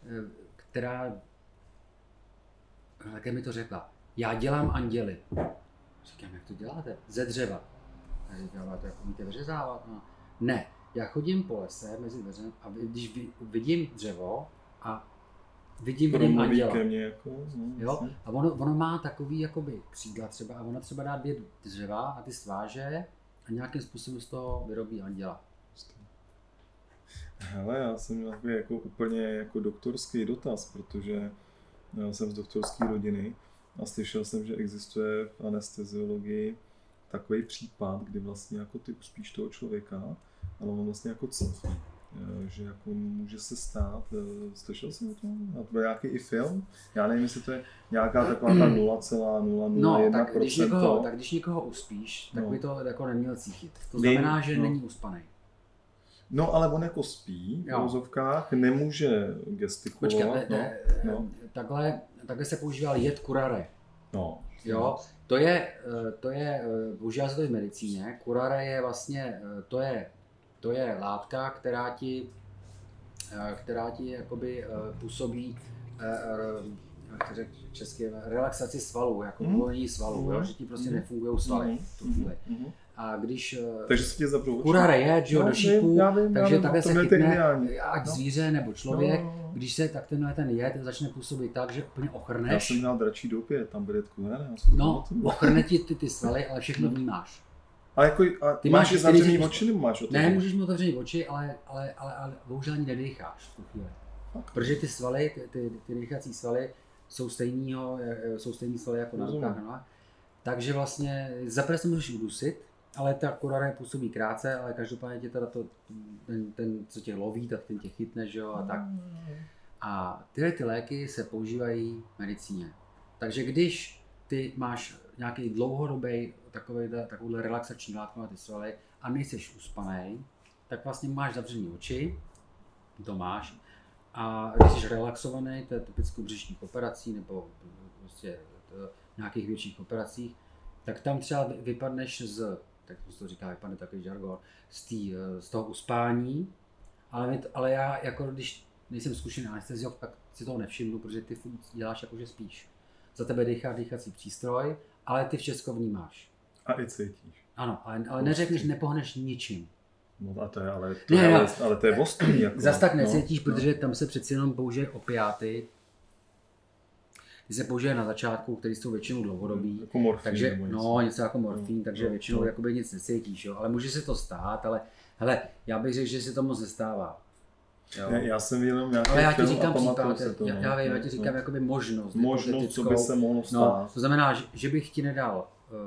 také mi to řekla. Já dělám anděly. Říkám, jak to děláte? Ze dřeva. A říkám, to jako umíte vyřezávat? No. Ne, já chodím po lese mezi dveřem a když vidím dřevo a vidím v něm anděla. Ke mně jako, jo? A ono má takový jakoby křídla třeba a ono třeba dá 2 dřeva a ty sváže a nějakým způsobem z toho vyrobí anděla. Hele, já jsem měl jako úplně jako doktorský dotaz, protože já jsem z doktorské rodiny a slyšel jsem, že existuje v anesteziologii takový případ, kdy vlastně jako ty uspíš toho člověka, ale on vlastně jako cítí, že jako může se stát, slyšel jsem o tom? A to byl nějaký i film? Já nevím, jestli to je nějaká taková ta 0,001%. No, tak když někoho uspíš, tak by to jako neměl cítit. To znamená, že není uspaný. No, ale on jako spí v úzovkách, nemůže gestikulovat. Počkej, takhle se používal jed curare. No. Jo, to je, používá se to i v medicíně. Curare je vlastně, to je látka, která ti jakoby působí, jak to řekl česky, relaxaci svalů, jako uvolnění svalů, jo, že ti prostě nefungují svaly v tu chvíli. A když takže se ti zavřou oči. Curare je, že jo, do šípů, takže takhle se chytne, ať zvíře nebo člověk, když se tak ten jed začne působit tak, že úplně ochrneš. Já jsem měl dračí doupě, tam byl jed curare. No, ochrne ti ty svaly, ale všechno vnímáš. A jako, ty máš zavřený oči nebo máš otevřený? Ne, můžeš mít otevřený oči, ale bohužel ani nedýcháš v tu chvíli. Protože ty svaly, ty dýchací svaly jsou stejný svaly jako na rukách. Takže vlastně zaprvé se můžeš udusit, ale ta curare působí krátce, ale každopádně tě teda ten, co tě loví, tak ten tě chytne, že jo, a tak. A tyhle ty léky se používají v medicíně. Takže když ty máš nějaký dlouhodobý takovouhle relaxační látku na ty svaly a nejseš uspanej, tak vlastně máš zavřený oči, to máš, a když jsi relaxovaný, to je typicky u břišních operací nebo prostě nějakých větších operacích, tak tam třeba vypadneš tak se to říká, vypadne takový žargon, z toho uspání, ale já jako když nejsem zkušený anesteziolog, tak si toho nevšimnu, protože ty děláš jako, že spíš. Za tebe dýchá dýchací přístroj, ale ty všechno vnímáš. A i cítíš. Ano, ale neřekneš, nepohneš ničím. No a to je, ale to je ostrý. Jako, zas tak necítíš, protože tam se přeci jenom použije opiáty. Ty se použije na začátku, který jsou většinou dlouhodobí. Jako morfín, takže, něco jako morfín, takže většinou jakoby nic necítíš, jo. Ale může se to stát, ale hele, já bych řekl, že se to moc nestává. Ne, já jsem jenom nějaký ale já ti říkám případ, já ti říkám jakoby možnost, co by se mohlo stát. To znamená, že bych ti nedal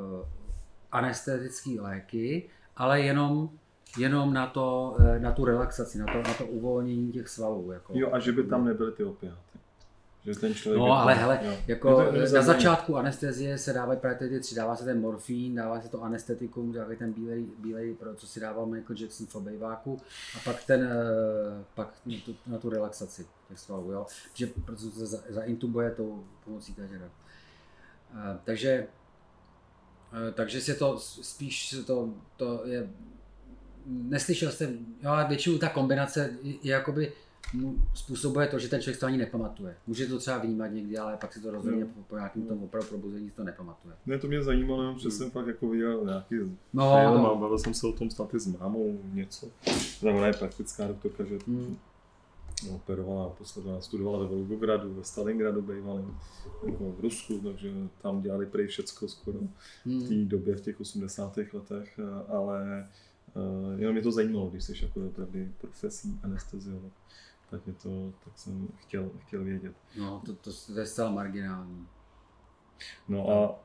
anestetické léky, ale jenom na tu relaxaci, na to uvolnění těch svalů. Jako. Jo, a že by tam nebyly ty opiáty. Že ten člověk ale hele, jako na začátku anestezie se dávají právě ty 3, dává se ten morfín, dává se to anestetikum, dává ten bílej, co si dával Michael Jackson v obejváku, a pak na tu relaxaci těch svalů, jo. Protože to zaintubuje tou pomocí té žera. Takže se to spíš to je, neslyšel jsem, jo, většinou ta kombinace je jakoby způsobuje to, že ten člověk to ani nepamatuje. Může to třeba vnímat někdy, ale pak si to rozhodně po nějakém tom opravdu probuzení to nepamatuje. Ne, to mě zajímalo, že jsem fakt jako viděl nějaký film a bavil jsem se o tom snad i s mámou něco. Ona je praktická doktorka, že operovala, posledně studovala ve Volgogradu, ve Stalingradu bývalém, jako v Rusku, takže tam dělali prej všecko skoro v té době, v těch 80. letech, ale jenom mě to zajímalo, když jsi jako opravdu profesní anesteziolog. Tak jsem chtěl vědět. No, to je zcela marginální. No a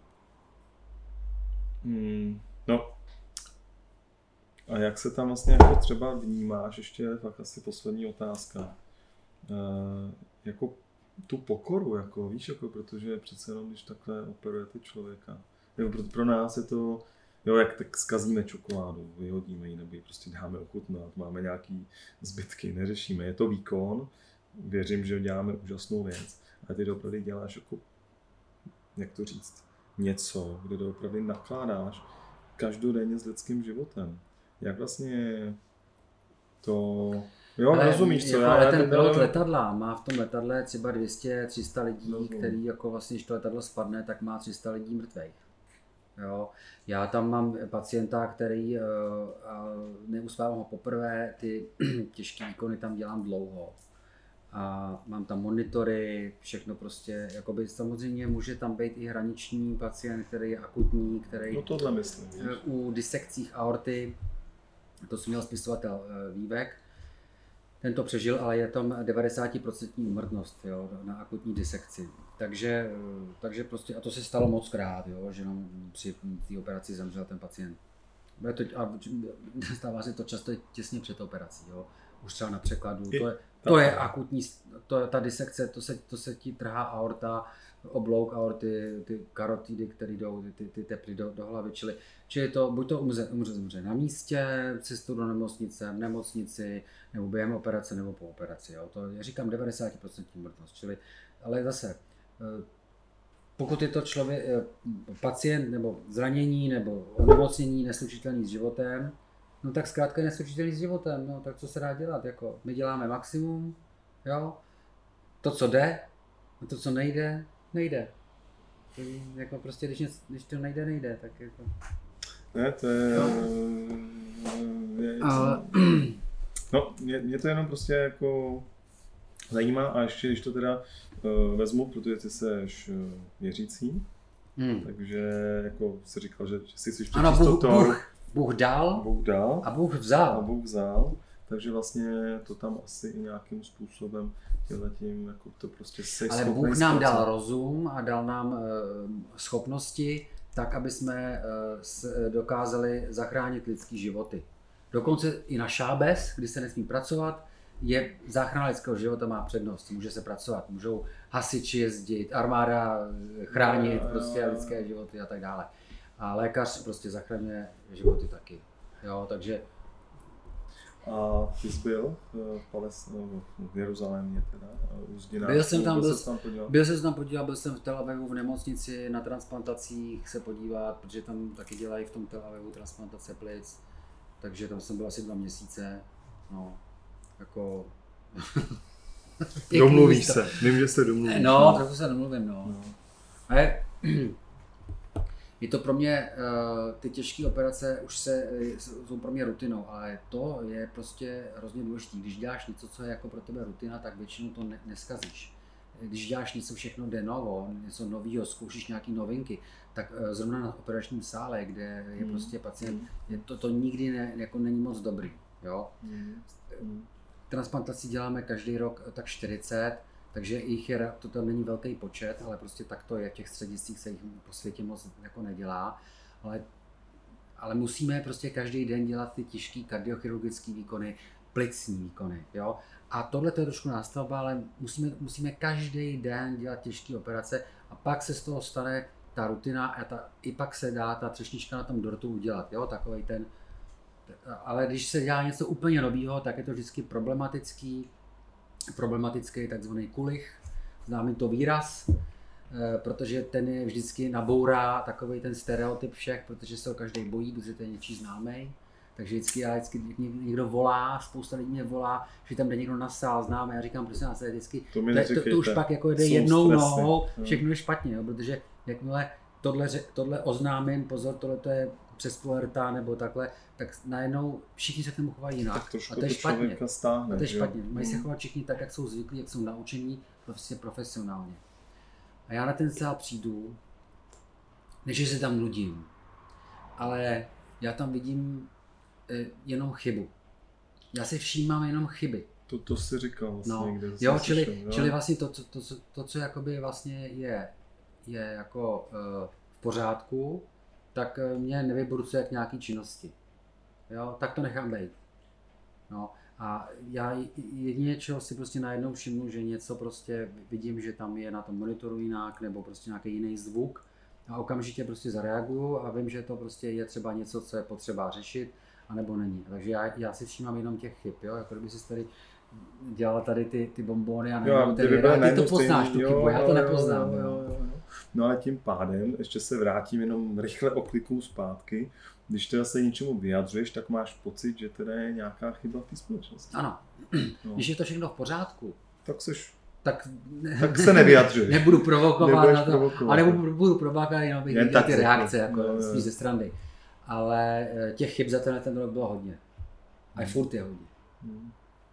a jak se tam vlastně jako třeba vnímáš, ještě fakt asi poslední otázka, jako tu pokoru, jako víš, jako, protože přece jenom, když takhle operujete člověka, jako pro nás je to, jo, jak tak zkazíme čokoládu, vyhodíme ji nebo ji prostě dáme ochutnat, máme nějaký zbytky, neřešíme, je to výkon, věřím, že děláme úžasnou věc, ale ty opravdu děláš jako, jak to říct, něco, kde opravdu nakládáš každodenně s lidským životem. Jak vlastně to, jo, ale rozumíš co? Ale ten pilot letadla má v tom letadle třeba 200-300 lidí, který jako vlastně, když to letadlo spadne, tak má 300 lidí mrtvých. Jo. Já tam mám pacienta, který neuspávám ho poprvé, ty těžké výkony tam dělám dlouho. a mám tam monitory, všechno prostě, jakoby samozřejmě může tam být i hraniční pacient, který je akutní, který No tohle myslím. u disekcích aorty, to jsem měl spisovatel Vývek, ten to přežil, ale je tam 90% úmrtnost, jo, na akutní disekci. Takže prostě, a to se stalo moc krát, jo, že nám při té operaci zemřel ten pacient. A stává se to často těsně před operací, jo. Už třeba na překladu, to je akutní, ta disekce, to se ti trhá aorta, oblouk aorty, ty karotidy, které jdou, ty tepry do hlavy, čili je to, buď to umře na místě, cestou do nemocnice, v nemocnici, nebo během operace, nebo po operaci, jo. To je, říkám, 90% úmrtnost, čili, ale zase, pokud je to pacient nebo zranění nebo onemocnění neslučitelný s životem, no tak zkrátka je neslučitelný s životem, no tak co se dá dělat, jako my děláme maximum, jo, to co jde, a to co nejde. Jako prostě když to nejde, tak jako... Ne, to je... No, mě to jenom prostě jako zajímá a ještě když to teda vezmu, protože ty seš věřící, takže jako jsi říkal, že si jsi Bůh dal a Bůh vzal. Takže vlastně to tam asi i nějakým způsobem tím jako to prostě se. Ale Bůh nám dal rozum a dal nám schopnosti tak, aby jsme dokázali zachránit lidský životy. Dokonce i na šábes, kdy se nesmí pracovat, je záchrana lidského života má přednost. Může se pracovat, můžou hasiči jezdit, armáda chránit prostě lidské životy a tak dále. A lékař prostě zachraňuje životy taky. Jo, takže... A ty jsi byl v Jeruzalémě teda, u Zdinářů? Byl jsem tam podíval, byl jsem v Tel Avivu v nemocnici na transplantacích se podívat, protože tam taky dělají v tom Tel Avivu transplantace plic, takže tam jsem byl asi 2 měsíce, no, jako... Domluvíš se, vím, že se domluvíš. No, trochu se domluvím, no. Je to pro mě, ty těžké operace jsou pro mě rutinou, ale to je prostě hrozně důležité. Když děláš něco, co je jako pro tebe rutina, tak většinou to neskazíš. Když děláš něco všechno de novo, něco nového, zkoušíš nějaké novinky, tak zrovna na operačním sále, kde je prostě pacient, to nikdy jako není moc dobrý. Jo? Transplantací děláme každý rok tak 40, takže jich to tam není velký počet, ale prostě tak to je. V těch střediscích se jich po světě moc jako nedělá, ale musíme prostě každý den dělat ty těžké kardiochirurgické výkony, plicní výkony, jo. A tohle to je trošku nástavba, ale musíme každý den dělat těžké operace a pak se z toho stane ta rutina a i pak se dá ta třešnička na tom dortu udělat, jo, takovej ten. Ale když se dělá něco úplně nového, tak je to vždycky problematický takzvaný kulich, známý to výraz, protože ten je vždycky nabourá takový ten stereotyp všech, protože se ho každý bojí, protože to je něčí známý. Takže vždycky někdo volá, spousta lidí mě volá, že tam jde někdo na sál, známe, já říkám, prosím vás, vždycky, to už pak jako jde jednou nohou, všechno je špatně, jo, protože jakmile tohle oznámím, pozor, tohle to je přes puberta nebo takhle, tak najednou všichni se k tomu chovají jinak a to je špatně. Stáhne, a to je špatně. Mají se chovat všichni tak, jak jsou zvyklí, jak jsou naučení, prostě profesionálně. A já na ten sál přijdu, než se tam nudím, ale já tam vidím jenom chybu. Já si všímám jenom chyby. To si říkal vlastně někde. Jo, čili vlastně to, co jakoby vlastně je jako v pořádku, tak mě nevyburcuje k nějaký činnosti. Jo, tak to nechám být. No, a já jedině, čeho si prostě najednou všimnu, že něco prostě vidím, že tam je na tom monitoru jinak, nebo prostě nějaký jiný zvuk a okamžitě prostě zareaguju a vím, že to prostě je třeba něco, co je potřeba řešit, anebo není. Takže já si všímám jenom těch chyb, jo, jako kdyby si tady dělala tady ty bombóny a nebo ty to poznáš, tu chybu, já to nepoznám. Jo. No ale tím pádem, ještě se vrátím jenom rychle oklikou zpátky, když teda se něčemu vyjadřuješ, tak máš pocit, že teda je nějaká chyba v té společnosti. Ano, no. Když je to všechno v pořádku, tak se nevyjadřuješ. Nebudu provokovat na to, ale budu provokovat jenom bych viděl ty reakce, jako spíš ze strany. Ale těch chyb za ten rok bylo hodně. A furt je hodně.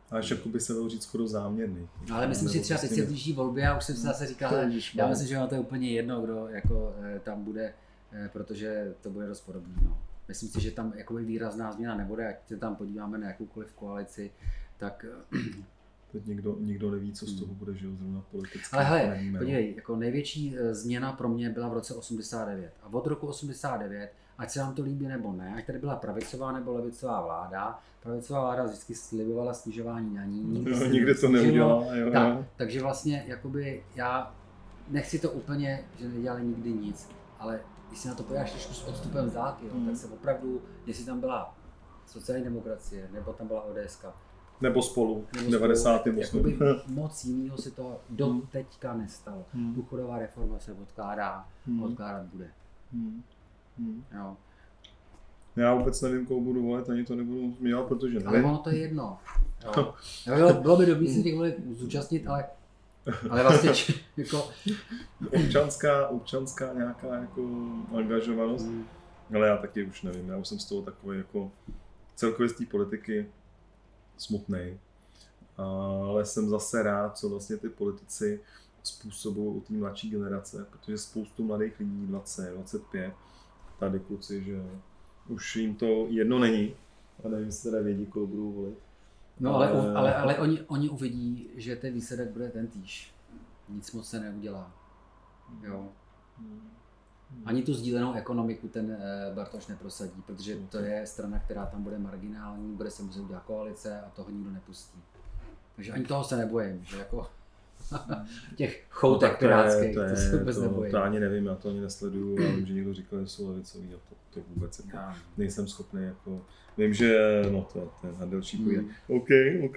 Až jako by se dalo říct skoro záměrný. Ale myslím si třeba teď se blíží volby a už jsem si zase říkal, já myslím, že to je úplně jedno, kdo jako tam bude, protože to bude dost podobný. No. Myslím si, že tam jakoby výrazná změna nebude, ať se tam podíváme na jakoukoliv koalici, tak... Teď nikdo neví, co z toho bude, že jo, zrovna politicky. Ale hele, podívej, jako největší změna pro mě byla v roce 89. A od roku 89, ať se nám to líbí nebo ne, ať tady byla pravicová nebo levicová vláda, pravicová vláda vždycky slibovala snižování daní. Nikdy to neudělala. Takže vlastně jakoby já nechci to úplně, že nedělali nikdy nic, ale když si na to podíváš trošku s odstupem z dálky, tak se opravdu, jestli tam byla sociální demokracie, nebo tam byla ODS, nebo spolu, 98. Jakoby moc jinýho se to do teďka nestalo. Důchodová reforma se odkládat bude. Jo. Já vůbec nevím, koho budu volit, ani to nebudu zmiňovat, protože nevím. Ale ono to je jedno. Jo. Bylo by dobrý si těch voleb zúčastnit, ale vlastně jako... občanská nějaká jako angažovanost. Ale já taky už nevím, já už jsem z toho takový jako celkově z té politiky smutnej. Ale jsem zase rád, co vlastně ty politici způsobují u té mladší generace, protože spoustu mladých lidí, 20, 25, tady kluci, že už jim to jedno není a nevím, jestli teda vědí, koho budou volit. No ale oni uvidí, že ten výsledek bude tentýž. Nic moc se neudělá. Jo. Ani tu sdílenou ekonomiku ten Bartoš neprosadí, protože to je strana, která tam bude marginální, bude se muset udělat koalice a toho nikdo nepustí. Takže ani toho se nebojím, že jako těch choutek pirátských, to se vůbec nebojím. To ani nevím, já to ani nesleduju, já vím, že někdo říkal, že jsou levicový a to vůbec jako nejsem schopný jako, vím, že no to je na delší půjde. OK.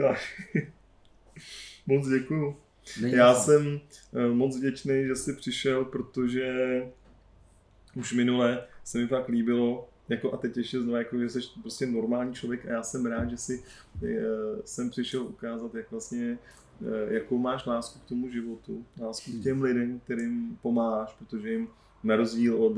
Moc děkuju. Já jsem moc vděčný, že jsi přišel, protože už minule se mi fakt líbilo, jako a teď ještě znovu, jako, že jsi prostě normální člověk a já jsem rád, že si jsem přišel ukázat, jak vlastně, jakou máš lásku k tomu životu, lásku k těm lidem, kterým pomáháš, protože jim na rozdíl od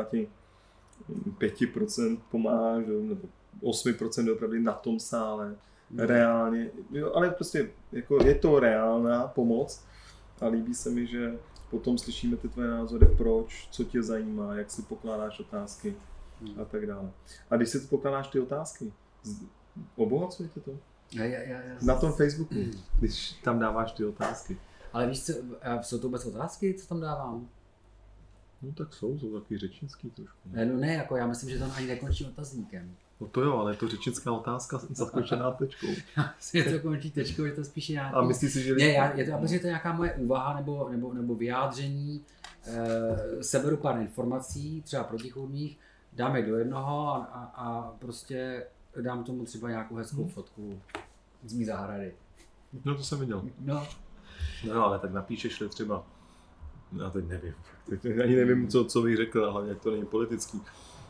95% pomáháš, nebo 8% opravdu na tom sále, reálně, jo, ale prostě jako je to reálná pomoc a líbí se mi, že potom slyšíme ty tvoje názory, proč, co tě zajímá, jak si pokládáš otázky a tak dále. A když si pokládáš ty otázky, obohacuje tě to? Na tom Facebooku, když tam dáváš ty otázky. Ale víš co, jsou to vůbec otázky, co tam dávám? No tak jsou taky řečnický trošku. No ne, jako já myslím, že to ani nekončí otazníkem. No to jo, ale je to řečnická otázka zakončená tečkou. Já myslím, že to končí tečkou, že to spíš nějaký... A myslíš si, že... Ne, je to nějaká moje úvaha nebo vyjádření, seberu pár informací, třeba protichůdných, dám je do jednoho a prostě dám tomu třeba nějakou hezkou fotku z mý zahrady. No to jsem viděl. No ale tak napíšeš-li třeba, já teď nevím, ani nevím, co bych řekl, ale jak to není politický.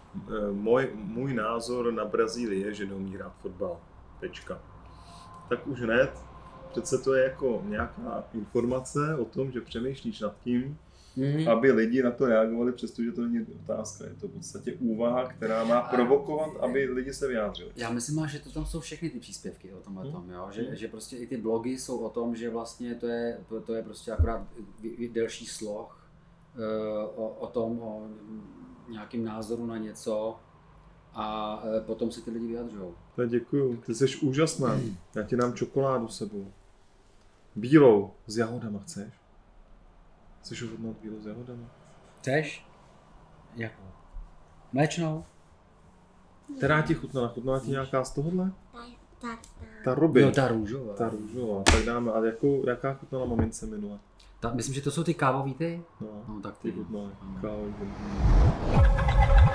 Můj názor na Brazílii je, že neumí hrát fotbal. Tečka. Tak už hned, přece to je jako nějaká informace o tom, že přemýšlíš nad tím, aby lidi na to reagovali, přestože to není otázka. Je to v podstatě úvaha, která má provokovat, aby lidi se vyjádřili. Já myslím, že to tam jsou všechny ty příspěvky o tomhle tom, jo? Že prostě i ty blogy jsou o tom, že vlastně to je prostě akorát delší sloh o tom, o nějakým názoru na něco a potom si ty lidi vyjadřujou. Tak děkuju, ty jsi úžasná. Já ti dám čokoládu sebou. Bílou s jahodama, chceš? Chceš ochutnat bílou s jahodama? Chceš? Jakou? Mléčnou? Která ti chutnala? Chutnala ti nějaká z tohohle? Ta Robin. No, ta růžová. Ta růžová, tak dáme. Ale jaká chutnala mamince minule? Myslím, že to jsou ty kávový ty? No tak ty chutnaly. Kávový.